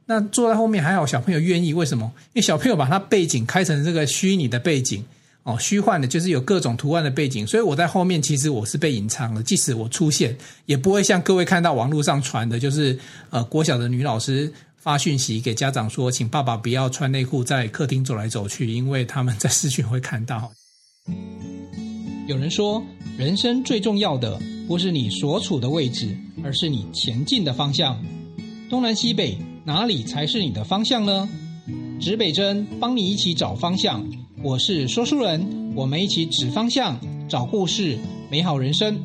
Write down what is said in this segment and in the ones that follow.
那坐在后面还好小朋友愿意，为什么？因为小朋友把他背景开成这个虚拟的背景虚幻的就是有各种图案的背景，所以我在后面其实我是被隐藏了，即使我出现也不会像各位看到网络上传的就是国小的女老师发讯息给家长说请爸爸不要穿内裤在客厅走来走去，因为他们在视讯会看到。有人说人生最重要的不是你所处的位置，而是你前进的方向。东南西北哪里才是你的方向呢？指北针帮你一起找方向，我是说书人，我们一起指方向，找故事，美好人生。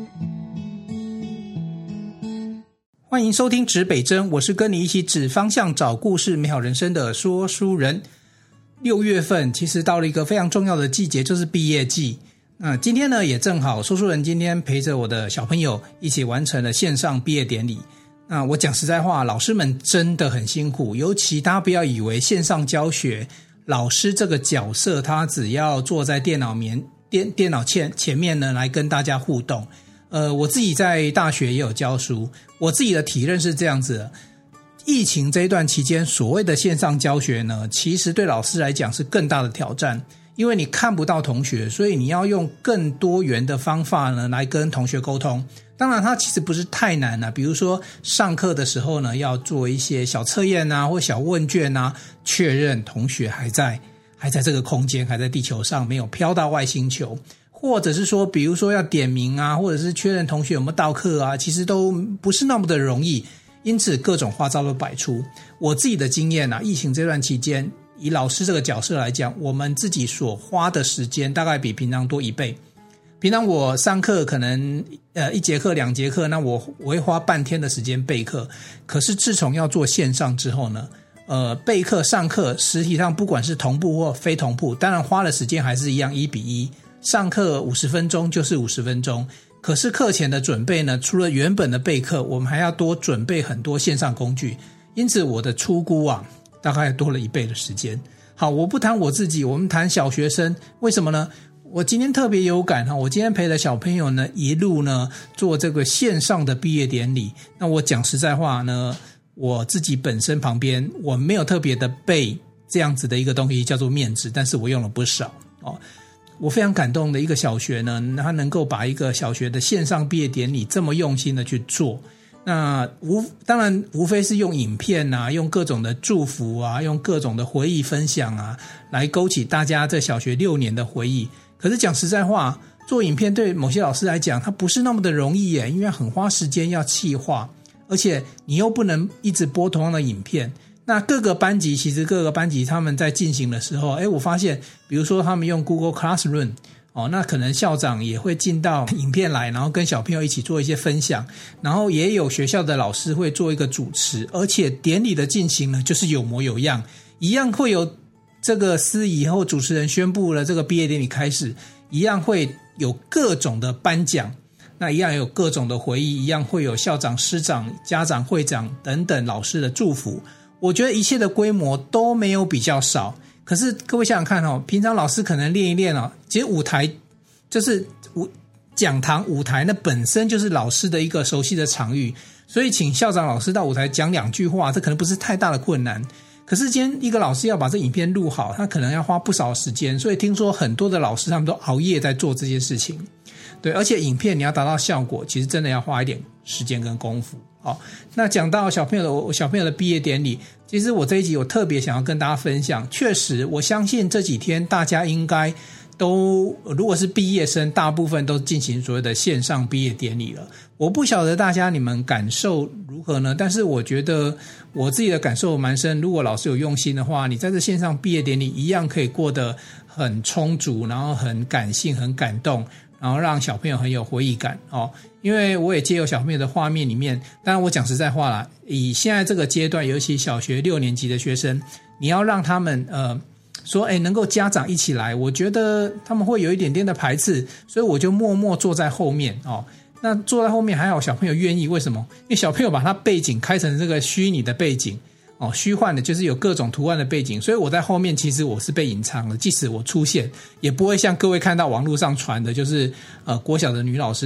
欢迎收听指北针，我是跟你一起指方向找故事美好人生的说书人。6月份其实到了一个非常重要的季节，就是毕业季。今天呢也正好说书人今天陪着我的小朋友一起完成了线上毕业典礼。那我讲实在话，老师们真的很辛苦，尤其大家不要以为线上教学老师这个角色他只要坐在电脑前面呢来跟大家互动。我自己在大学也有教书，我自己的体认是这样子的，疫情这一段期间所谓的线上教学呢，其实对老师来讲是更大的挑战，因为你看不到同学，所以你要用更多元的方法呢来跟同学沟通。当然它其实不是太难比如说上课的时候呢要做一些小测验或小问卷确认同学还在这个空间，还在地球上，没有飘到外星球，或者是说比如说要点名或者是确认同学有没有到课其实都不是那么的容易，因此各种花招都摆出。我自己的经验疫情这段期间，以老师这个角色来讲，我们自己所花的时间大概比平常多1倍。平常我上课可能1节课2节课，那我会花半天的时间备课，可是自从要做线上之后呢备课上课实体上不管是同步或非同步，当然花的时间还是一样1比1，上课50分钟就是50分钟，可是课前的准备呢，除了原本的备课，我们还要多准备很多线上工具，因此我的出估大概多了1倍的时间。好，我不谈我自己，我们谈小学生，为什么呢？我今天特别有感我今天陪着小朋友呢一路呢做这个线上的毕业典礼。那我讲实在话呢，我自己本身旁边我没有特别的备这样子的一个东西叫做面纸，但是我用了不少我非常感动的一个小学呢，他能够把一个小学的线上毕业典礼这么用心的去做。那当然无非是用影片用各种的祝福用各种的回忆分享来勾起大家这小学6年的回忆。可是讲实在话，做影片对某些老师来讲它不是那么的容易因为很花时间要企划，而且你又不能一直播同样的影片。那各个班级他们在进行的时候我发现比如说他们用 Google Classroom那可能校长也会进到影片来，然后跟小朋友一起做一些分享，然后也有学校的老师会做一个主持，而且典礼的进行呢就是有模有样，一样会有这个司仪或主持人宣布了这个毕业典礼开始，一样会有各种的颁奖，那一样有各种的回忆，一样会有校长、师长、家长、会长等等老师的祝福。我觉得一切的规模都没有比较少。可是各位想想看平常老师可能练一练其实舞台就是讲堂舞台那本身就是老师的一个熟悉的场域，所以请校长老师到舞台讲2句话，这可能不是太大的困难。可是今天一个老师要把这影片录好，他可能要花不少时间，所以听说很多的老师他们都熬夜在做这件事情。对，而且影片你要达到效果，其实真的要花一点时间跟功夫。那讲到小朋友的毕业典礼，其实我这一集我特别想要跟大家分享，确实我相信这几天大家应该都如果是毕业生，大部分都进行所谓的线上毕业典礼了。我不晓得大家你们感受如何呢？但是我觉得我自己的感受蛮深，如果老师有用心的话，你在这线上毕业典礼一样可以过得很充足，然后很感性很感动，然后让小朋友很有回忆感因为我也借由小朋友的画面里面，当然我讲实在话啦，以现在这个阶段，尤其小学6年级的学生，你要让他们说能够家长一起来，我觉得他们会有一点点的排斥，所以我就默默坐在后面那坐在后面还好小朋友愿意，为什么？因为小朋友把他背景开成这个虚拟的背景虚幻的就是有各种图案的背景，所以我在后面其实我是被隐藏了，即使我出现也不会像各位看到网络上传的就是国小的女老师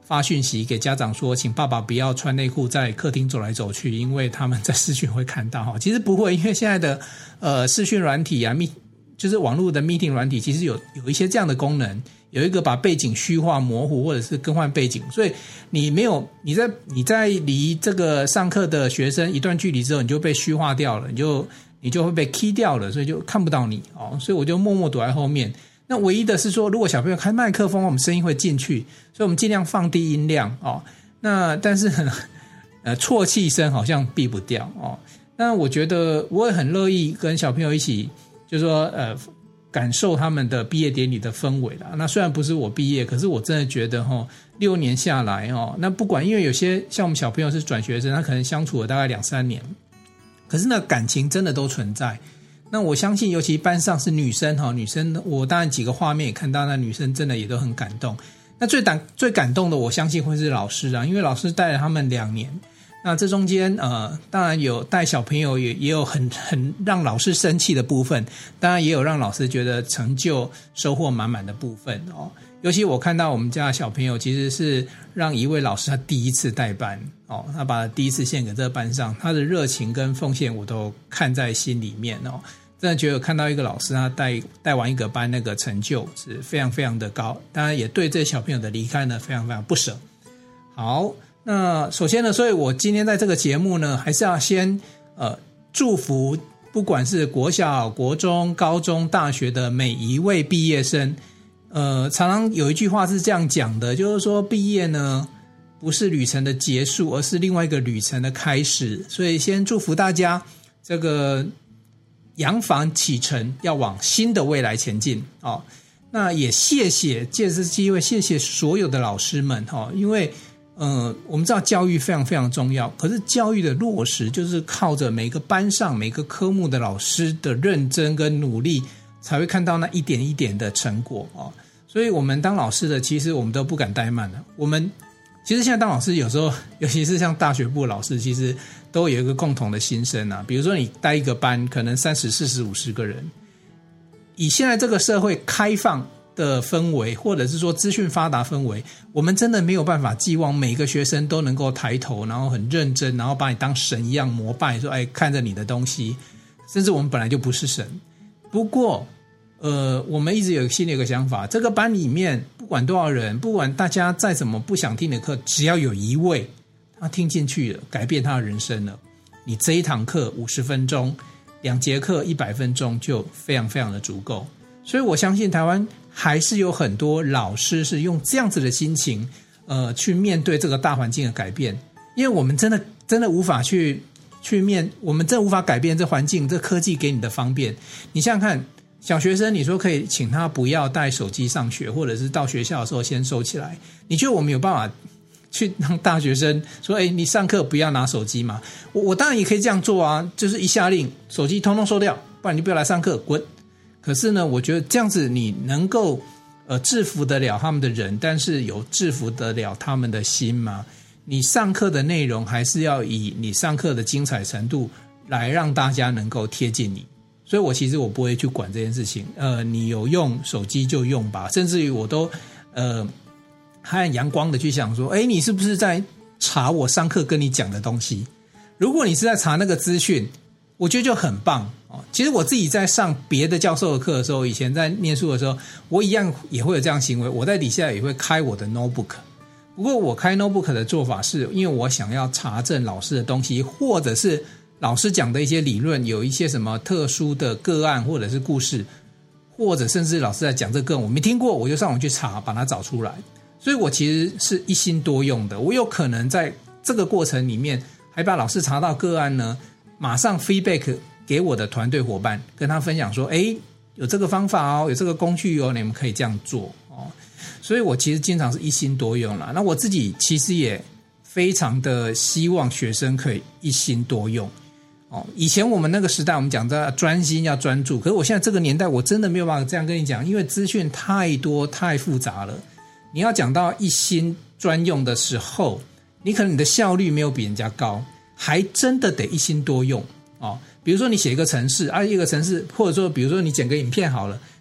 发讯息给家长说，请爸爸不要穿内裤在客厅走来走去，因为他们在视讯会看到。其实不会，因为现在的视讯软体啊，就是网络的 meeting 软体，其实有一些这样的功能，有一个把背景虚化模糊或者是更换背景，所以你在离这个上课的学生一段距离之后，你就被虚化掉了，你就会被 key 掉了，所以就看不到你所以我就默默躲在后面。那唯一的是说，如果小朋友开麦克风，我们声音会进去，所以我们尽量放低音量那但是啜泣声好像避不掉那我觉得我也很乐意跟小朋友一起，就是说感受他们的毕业典礼的氛围啦。那虽然不是我毕业，可是我真的觉得6年下来那不管，因为有些像我们小朋友是转学生，他可能相处了大概2-3年，可是那感情真的都存在。那我相信尤其班上是女生我当然几个画面也看到，那女生真的也都很感动。那最感动的我相信会是老师因为老师带了他们2年，那这中间当然有带小朋友也有很让老师生气的部分，当然也有让老师觉得成就收获满满的部分尤其我看到我们家的小朋友其实是让一位老师他第一次带班他把第一次献给这个班上，他的热情跟奉献我都看在心里面真的觉得看到一个老师他带完一个班，那个成就是非常非常的高，当然也对这小朋友的离开呢非常非常不舍。好，那首先呢，所以我今天在这个节目呢，还是要先祝福不管是国小、国中、高中、大学的每一位毕业生。常常有一句话是这样讲的，就是说毕业呢不是旅程的结束，而是另外一个旅程的开始。所以先祝福大家这个扬帆启程，要往新的未来前进那也借这机会谢谢所有的老师们因为我们知道教育非常非常重要，可是教育的落实就是靠着每个班上每个科目的老师的认真跟努力，才会看到那一点一点的成果所以我们当老师的其实我们都不敢怠慢了。我们其实现在当老师有时候尤其是像大学部老师，其实都有一个共同的心声比如说你带一个班可能30、40、50个人，以现在这个社会开放的氛围，或者是说资讯发达氛围，我们真的没有办法寄望每个学生都能够抬头，然后很认真，然后把你当神一样膜拜，说看着你的东西，甚至我们本来就不是神。不过我们一直心里有个想法，这个班里面不管多少人，不管大家再怎么不想听的课，只要有一位他听进去了，改变他的人生了，你这一堂课50分钟，2节课100分钟就非常非常的足够。所以我相信台湾还是有很多老师是用这样子的心情去面对这个大环境的改变，因为我们真的无法我们真的无法改变这环境，这科技给你的方便。你想想看，小学生你说可以请他不要带手机上学，或者是到学校的时候先收起来，你觉得我们有办法去让大学生说你上课不要拿手机吗？我当然也可以这样做啊，就是一下令手机通通收掉，不然你不要来上课，滚。可是呢，我觉得这样子你能够制服得了他们的人，但是有制服得了他们的心吗？你上课的内容还是要以你上课的精彩程度来让大家能够贴近你。所以其实我不会去管这件事情，你有用手机就用吧，甚至于我都还很阳光的去想说，你是不是在查我上课跟你讲的东西？如果你是在查那个资讯，我觉得就很棒其实我自己在上别的教授的课的时候，以前在念书的时候，我一样也会有这样行为，我在底下也会开我的 notebook。不过我开 notebook 的做法是因为我想要查证老师的东西，或者是老师讲的一些理论有一些什么特殊的个案或者是故事，或者甚至老师在讲这个我没听过，我就上网去查把它找出来。所以我其实是一心多用的，我有可能在这个过程里面还把老师查到个案呢马上 feedback 给我的团队伙伴，跟他分享说有这个方法有这个工具你们可以这样做所以我其实经常是一心多用啦。那我自己其实也非常的希望学生可以一心多用以前我们那个时代我们讲的专心要专注，可是我现在这个年代我真的没有办法这样跟你讲，因为资讯太多太复杂了。你要讲到一心专用的时候，你可能你的效率没有比人家高，还真的得一心多用比如说你写一个程式一个程式，或者说比如说你剪个影片好了，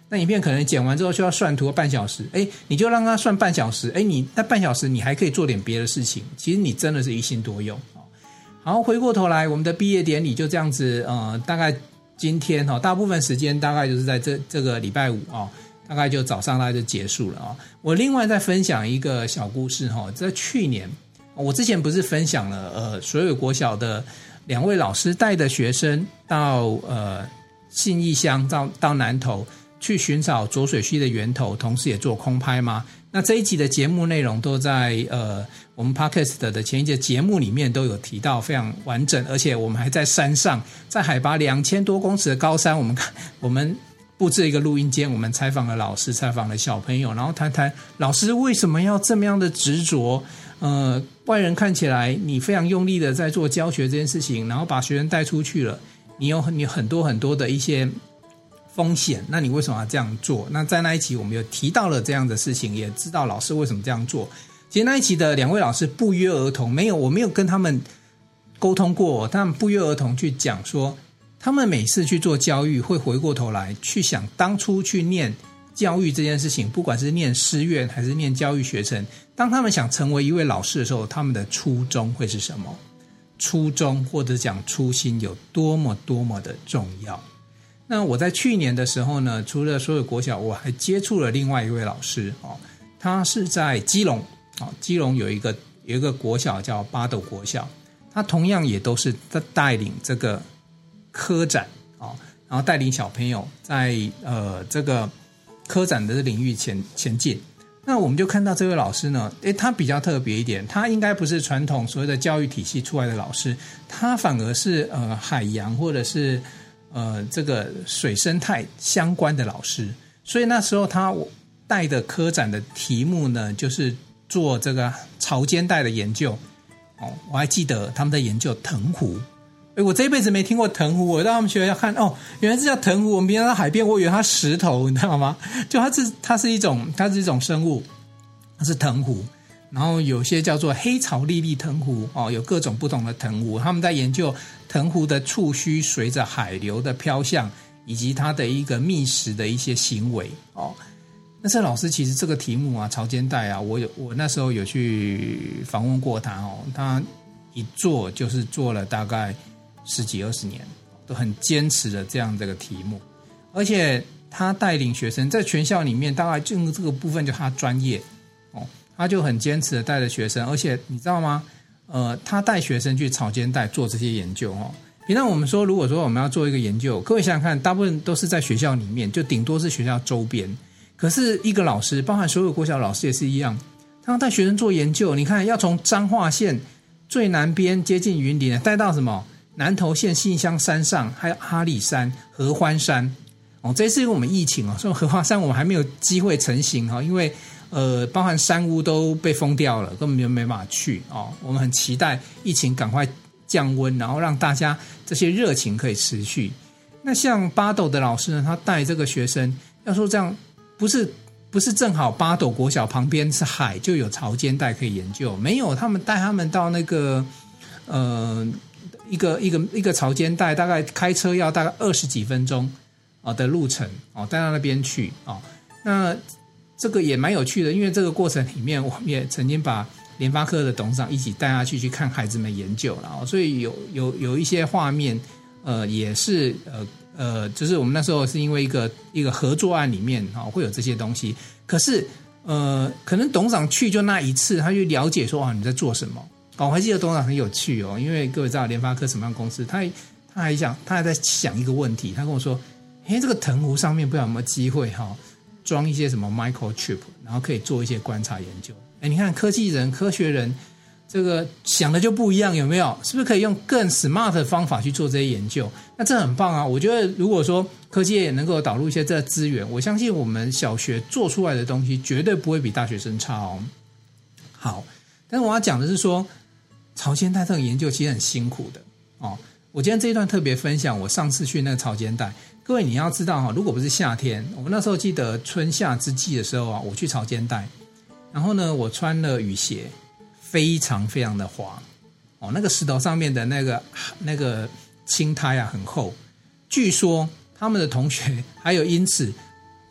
那影片可能剪完之后需要算图半小时，你就让他算半小时，你那半小时你还可以做点别的事情，其实你真的是一心多用。好，回过头来，我们的毕业典礼就这样子，大概今天大部分时间大概就是在这个礼拜五大概就早上大概就结束了我另外再分享一个小故事在去年，我之前不是分享了所有国小的2位老师带的学生到信义乡到南投去寻找浊水溪的源头，同时也做空拍吗？那这一集的节目内容都在我们 Podcast 的前一节节目里面都有提到，非常完整，而且我们还在山上，在海拔2000多公尺的高山，我们布置一个录音间，我们采访了老师，采访了小朋友，然后谈谈老师为什么要这么样的执着。外人看起来你非常用力的在做教学这件事情，然后把学生带出去了，你有很多很多的一些风险，那你为什么要这样做？那在那一期我们有提到了这样的事情，也知道老师为什么这样做。其实那一期的2位老师不约而同，我没有跟他们沟通过，他们不约而同去讲说，他们每次去做教育会回过头来去想当初去念教育这件事情，不管是念师院还是念教育学程，当他们想成为一位老师的时候，他们的初衷会是什么？初衷或者讲初心有多么多么的重要。那我在去年的时候呢，除了所有国小，我还接触了另外一位老师他是在基隆基隆有一个国小叫八斗国小，他同样也都是带领这个科展然后带领小朋友在这个科展的领域前进。那我们就看到这位老师呢，他比较特别一点，他应该不是传统所谓的教育体系出来的老师，他反而是海洋或者是这个水生态相关的老师。所以那时候他带的科展的题目呢，就是做这个潮间带的研究我还记得他们在研究藤壶。我这一辈子没听过藤壶，我到他们学校看原来是叫藤壶，我们平常在海边我以为它石头，你知道吗？就它是一种生物，它是藤壶。然后有些叫做黑潮莉莉藤壶有各种不同的藤壶，他们在研究藤壶的触须随着海流的飘向，以及它的一个觅食的一些行为那这老师其实这个题目潮间带我那时候有去访问过他他一做就是做了大概10几20年，都很坚持的这样这个题目，而且他带领学生在全校里面，大概这个部分就他专业他就很坚持的带着学生，而且你知道吗？他带学生去潮间带做这些研究平常我们说，如果说我们要做一个研究，各位想想看，大部分都是在学校里面，就顶多是学校周边。可是一个老师，包含所有国小老师也是一样，他要带学生做研究，你看要从彰化县最南边接近云林带到什么南投县信乡山上，还有哈里山、合欢山这次因为我们疫情所以合欢山我们还没有机会成行因为包含山屋都被封掉了，根本就没办法去我们很期待疫情赶快降温，然后让大家这些热情可以持续。那像八斗的老师呢，他带这个学生，要说这样不是正好八斗国小旁边是海就有潮间带可以研究，没有，他们带他们到那个一个潮间带，大概开车要大概20几分钟的路程带到那边去那这个也蛮有趣的，因为这个过程里面我们也曾经把联发科的董事长一起带他去看孩子们研究了所以有一些画面也是就是我们那时候是因为一个合作案里面会有这些东西，可是可能董事长去就那一次，他就了解说你在做什么我还记得董事长很有趣因为各位知道联发科什么样的公司，他还在想一个问题，他跟我说这个藤壶上面不知道有没有机会装一些什么 microchip， 然后可以做一些观察研究。你看科技人科学人这个想的就不一样，有没有？是不是可以用更 smart 的方法去做这些研究？那这很棒啊！我觉得如果说科技也能够导入一些这个资源，我相信我们小学做出来的东西绝对不会比大学生差好，但是我要讲的是说，潮间带这种研究其实很辛苦的我今天这一段特别分享我上次去那个潮间带，各位你要知道如果不是夏天，我们那时候记得春夏之际的时候我去潮间带，然后呢我穿了雨鞋，非常非常的滑那个石头上面的那个青苔很厚，据说他们的同学还有因此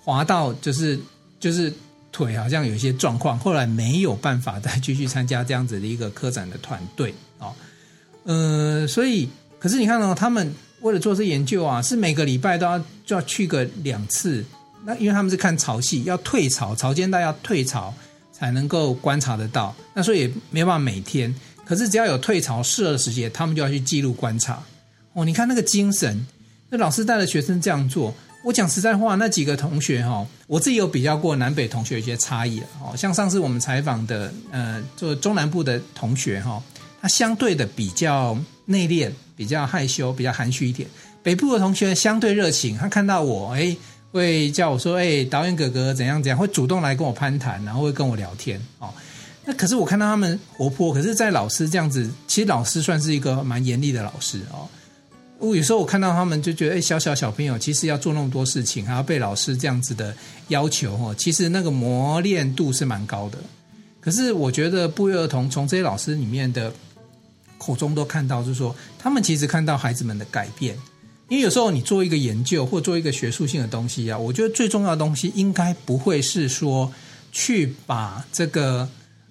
滑到就是腿好像有一些状况，后来没有办法再继续参加这样子的一个科展的团队所以可是你看他们为了做这研究啊，是每个礼拜就要去个2次。那因为他们是看潮汐，要退潮，潮间带要退潮才能够观察得到，那所以也没办法每天。可是只要有退潮适合的时节，他们就要去记录观察。你看那个精神，那老师带着学生这样做。我讲实在话，那几个同学我自己有比较过南北同学有些差异像上次我们采访的做中南部的同学他相对的比较内敛，比较害羞，比较含蓄一点。北部的同学相对热情，他看到我会叫我说导演哥哥怎样怎样，会主动来跟我攀谈，然后会跟我聊天那可是我看到他们活泼，可是在老师这样子，其实老师算是一个蛮严厉的老师我有时候我看到他们就觉得小朋友其实要做那么多事情，还要被老师这样子的要求其实那个磨练度是蛮高的。可是我觉得不约而同从这些老师里面的口中都看到，就是说他们其实看到孩子们的改变。因为有时候你做一个研究或做一个学术性的东西我觉得最重要的东西应该不会是说去把这个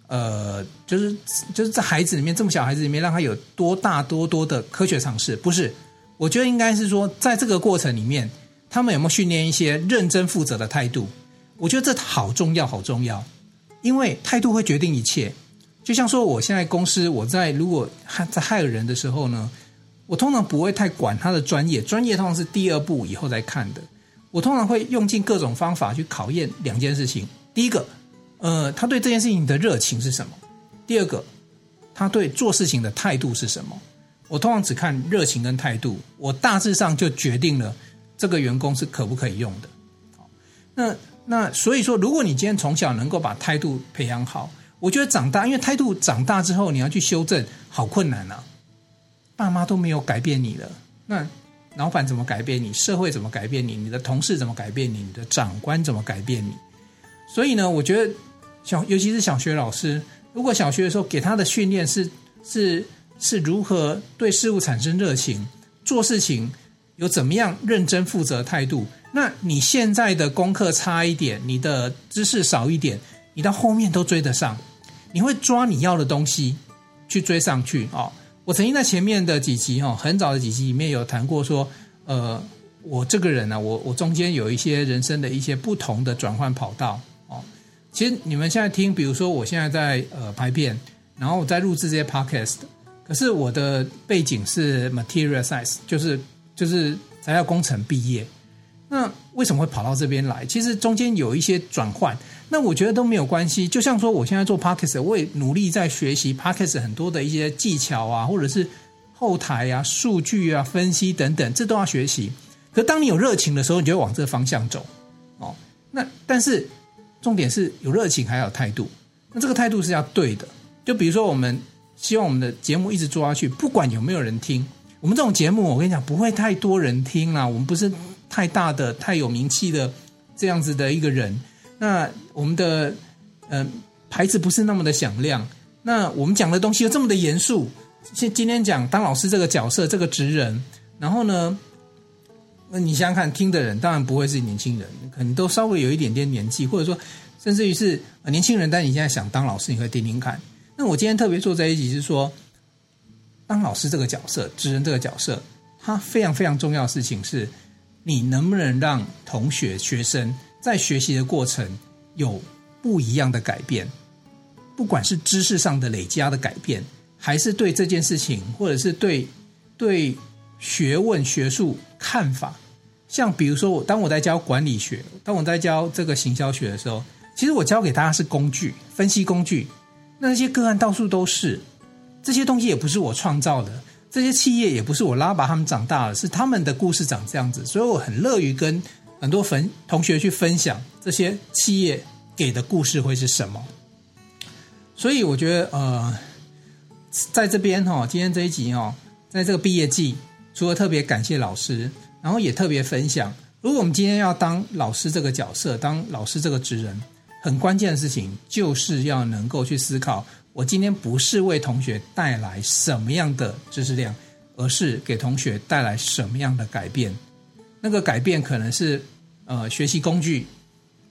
就是在孩子里面，这么小孩子里面让他有多的科学常识，不是。我觉得应该是说在这个过程里面他们有没有训练一些认真负责的态度。我觉得这好重要，因为态度会决定一切。就像说我现在公司，如果在害人的时候呢，我通常不会太管他的专业通常是第2步以后再看的。我通常会用尽各种方法去考验2件事情。第一个他对这件事情的热情是什么？第二个，他对做事情的态度是什么？我通常只看热情跟态度，我大致上就决定了这个员工是可不可以用的。那所以说，如果你今天从小能够把态度培养好，我觉得长大，因为态度长大之后你要去修正，好困难啊。爸妈都没有改变你了，那老板怎么改变你？社会怎么改变你？你的同事怎么改变你？你的长官怎么改变你？所以呢，我觉得尤其是小学老师，如果小学的时候给他的训练是如何对事物产生热情，做事情有怎么样认真负责态度，那你现在的功课差一点，你的知识少一点，你到后面都追得上，你会抓你要的东西去追上去我曾经在前面的几集很早的几集里面有谈过说我这个人我中间有一些人生的一些不同的转换跑道其实你们现在听，比如说我现在在拍片，然后我在录制这些 podcast， 可是我的背景是 material science， 就是材料工程毕业。那为什么会跑到这边来？其实中间有一些转换，那我觉得都没有关系。就像说我现在做 podcast， 我也努力在学习 podcast 很多的一些技巧或者是后台数据分析等等，这都要学习。可当你有热情的时候，你就会往这个方向走那但是重点是有热情还有态度，那这个态度是要对的。就比如说我们希望我们的节目一直做下去，不管有没有人听，我们这种节目我跟你讲不会太多人听啦，我们不是太大的太有名气的这样子的一个人，那我们的牌子不是那么的响亮，那我们讲的东西又这么的严肃，今天讲当老师这个角色这个职人，然后呢你想想看，听的人当然不会是年轻人，可能都稍微有一点点年纪，或者说甚至于是年轻人，但你现在想当老师，你会听听看。那我今天特别做这一集是说，当老师这个角色，职人这个角色，它非常非常重要的事情是，你能不能让同学学生在学习的过程有不一样的改变，不管是知识上的累加的改变，还是对这件事情或者是对学问学术看法。像比如说当我在教管理学，当我在教这个行销学的时候，其实我教给大家是工具，分析工具，那些个案到处都是，这些东西也不是我创造的，这些企业也不是我拉拔他们长大了，是他们的故事长这样子，所以我很乐于跟很多同学去分享这些企业给的故事会是什么。所以我觉得在这边今天这一集在这个毕业季，除了特别感谢老师，然后也特别分享，如果我们今天要当老师这个角色，当老师这个职人，很关键的事情就是要能够去思考，我今天不是为同学带来什么样的知识量，而是给同学带来什么样的改变。那个改变可能是学习工具，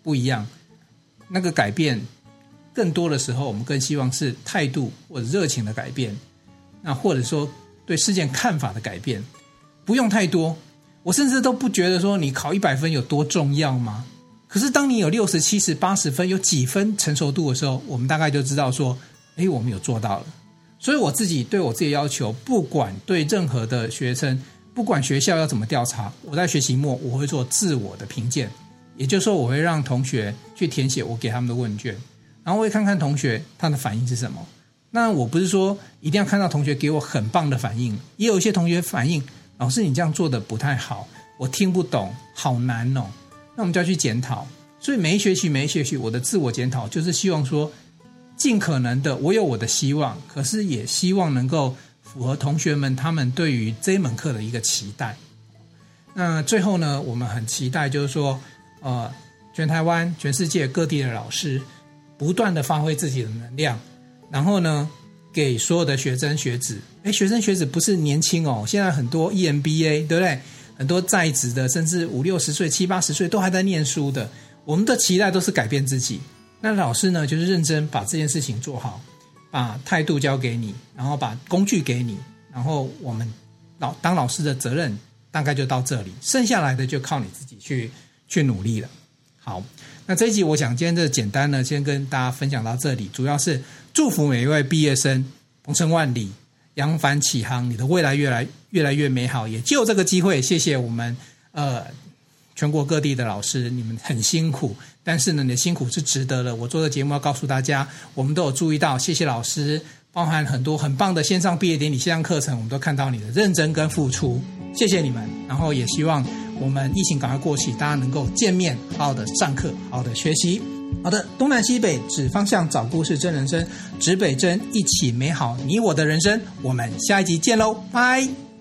不一样，那个改变更多的时候我们更希望是态度或者热情的改变，那或者说对事件看法的改变，不用太多。我甚至都不觉得说你考100分有多重要吗？可是当你有60、70、80分，有几分成熟度的时候，我们大概就知道说我们有做到了。所以我自己对我自己的要求，不管对任何的学生，不管学校要怎么调查，我在学期末我会做自我的评鉴，也就是说我会让同学去填写我给他们的问卷，然后我会看看同学他的反应是什么。那我不是说一定要看到同学给我很棒的反应，也有一些同学反应，老师你这样做的不太好，我听不懂，好难哦，那我们就要去检讨。所以每一学期我的自我检讨就是希望说尽可能的我有我的希望，可是也希望能够符合同学们他们对于这一门课的一个期待。那最后呢，我们很期待就是说全台湾全世界各地的老师不断的发挥自己的能量，然后呢给所有的学生学子，学生学子不是年轻哦，现在很多 EMBA 对不对，很多在职的甚至50、60岁、70、80岁都还在念书的，我们的期待都是改变自己。那老师呢就是认真把这件事情做好，把态度交给你，然后把工具给你，然后我们当老师的责任大概就到这里，剩下来的就靠你自己去努力了。好，那这一集我想今天这简单呢先跟大家分享到这里，主要是祝福每一位毕业生鹏程万里，扬帆起航，你的未来越来越美好。也就这个机会，谢谢我们全国各地的老师，你们很辛苦，但是呢你的辛苦是值得的。我做的节目要告诉大家，我们都有注意到，谢谢老师，包含很多很棒的线上毕业典礼、线上课程，我们都看到你的认真跟付出，谢谢你们。然后也希望我们疫情赶快过去，大家能够见面，好好的上课，好好的学习。好的，东南西北指方向，找故事真人生，指北针，一起美好你我的人生。我们下一集见喽，拜。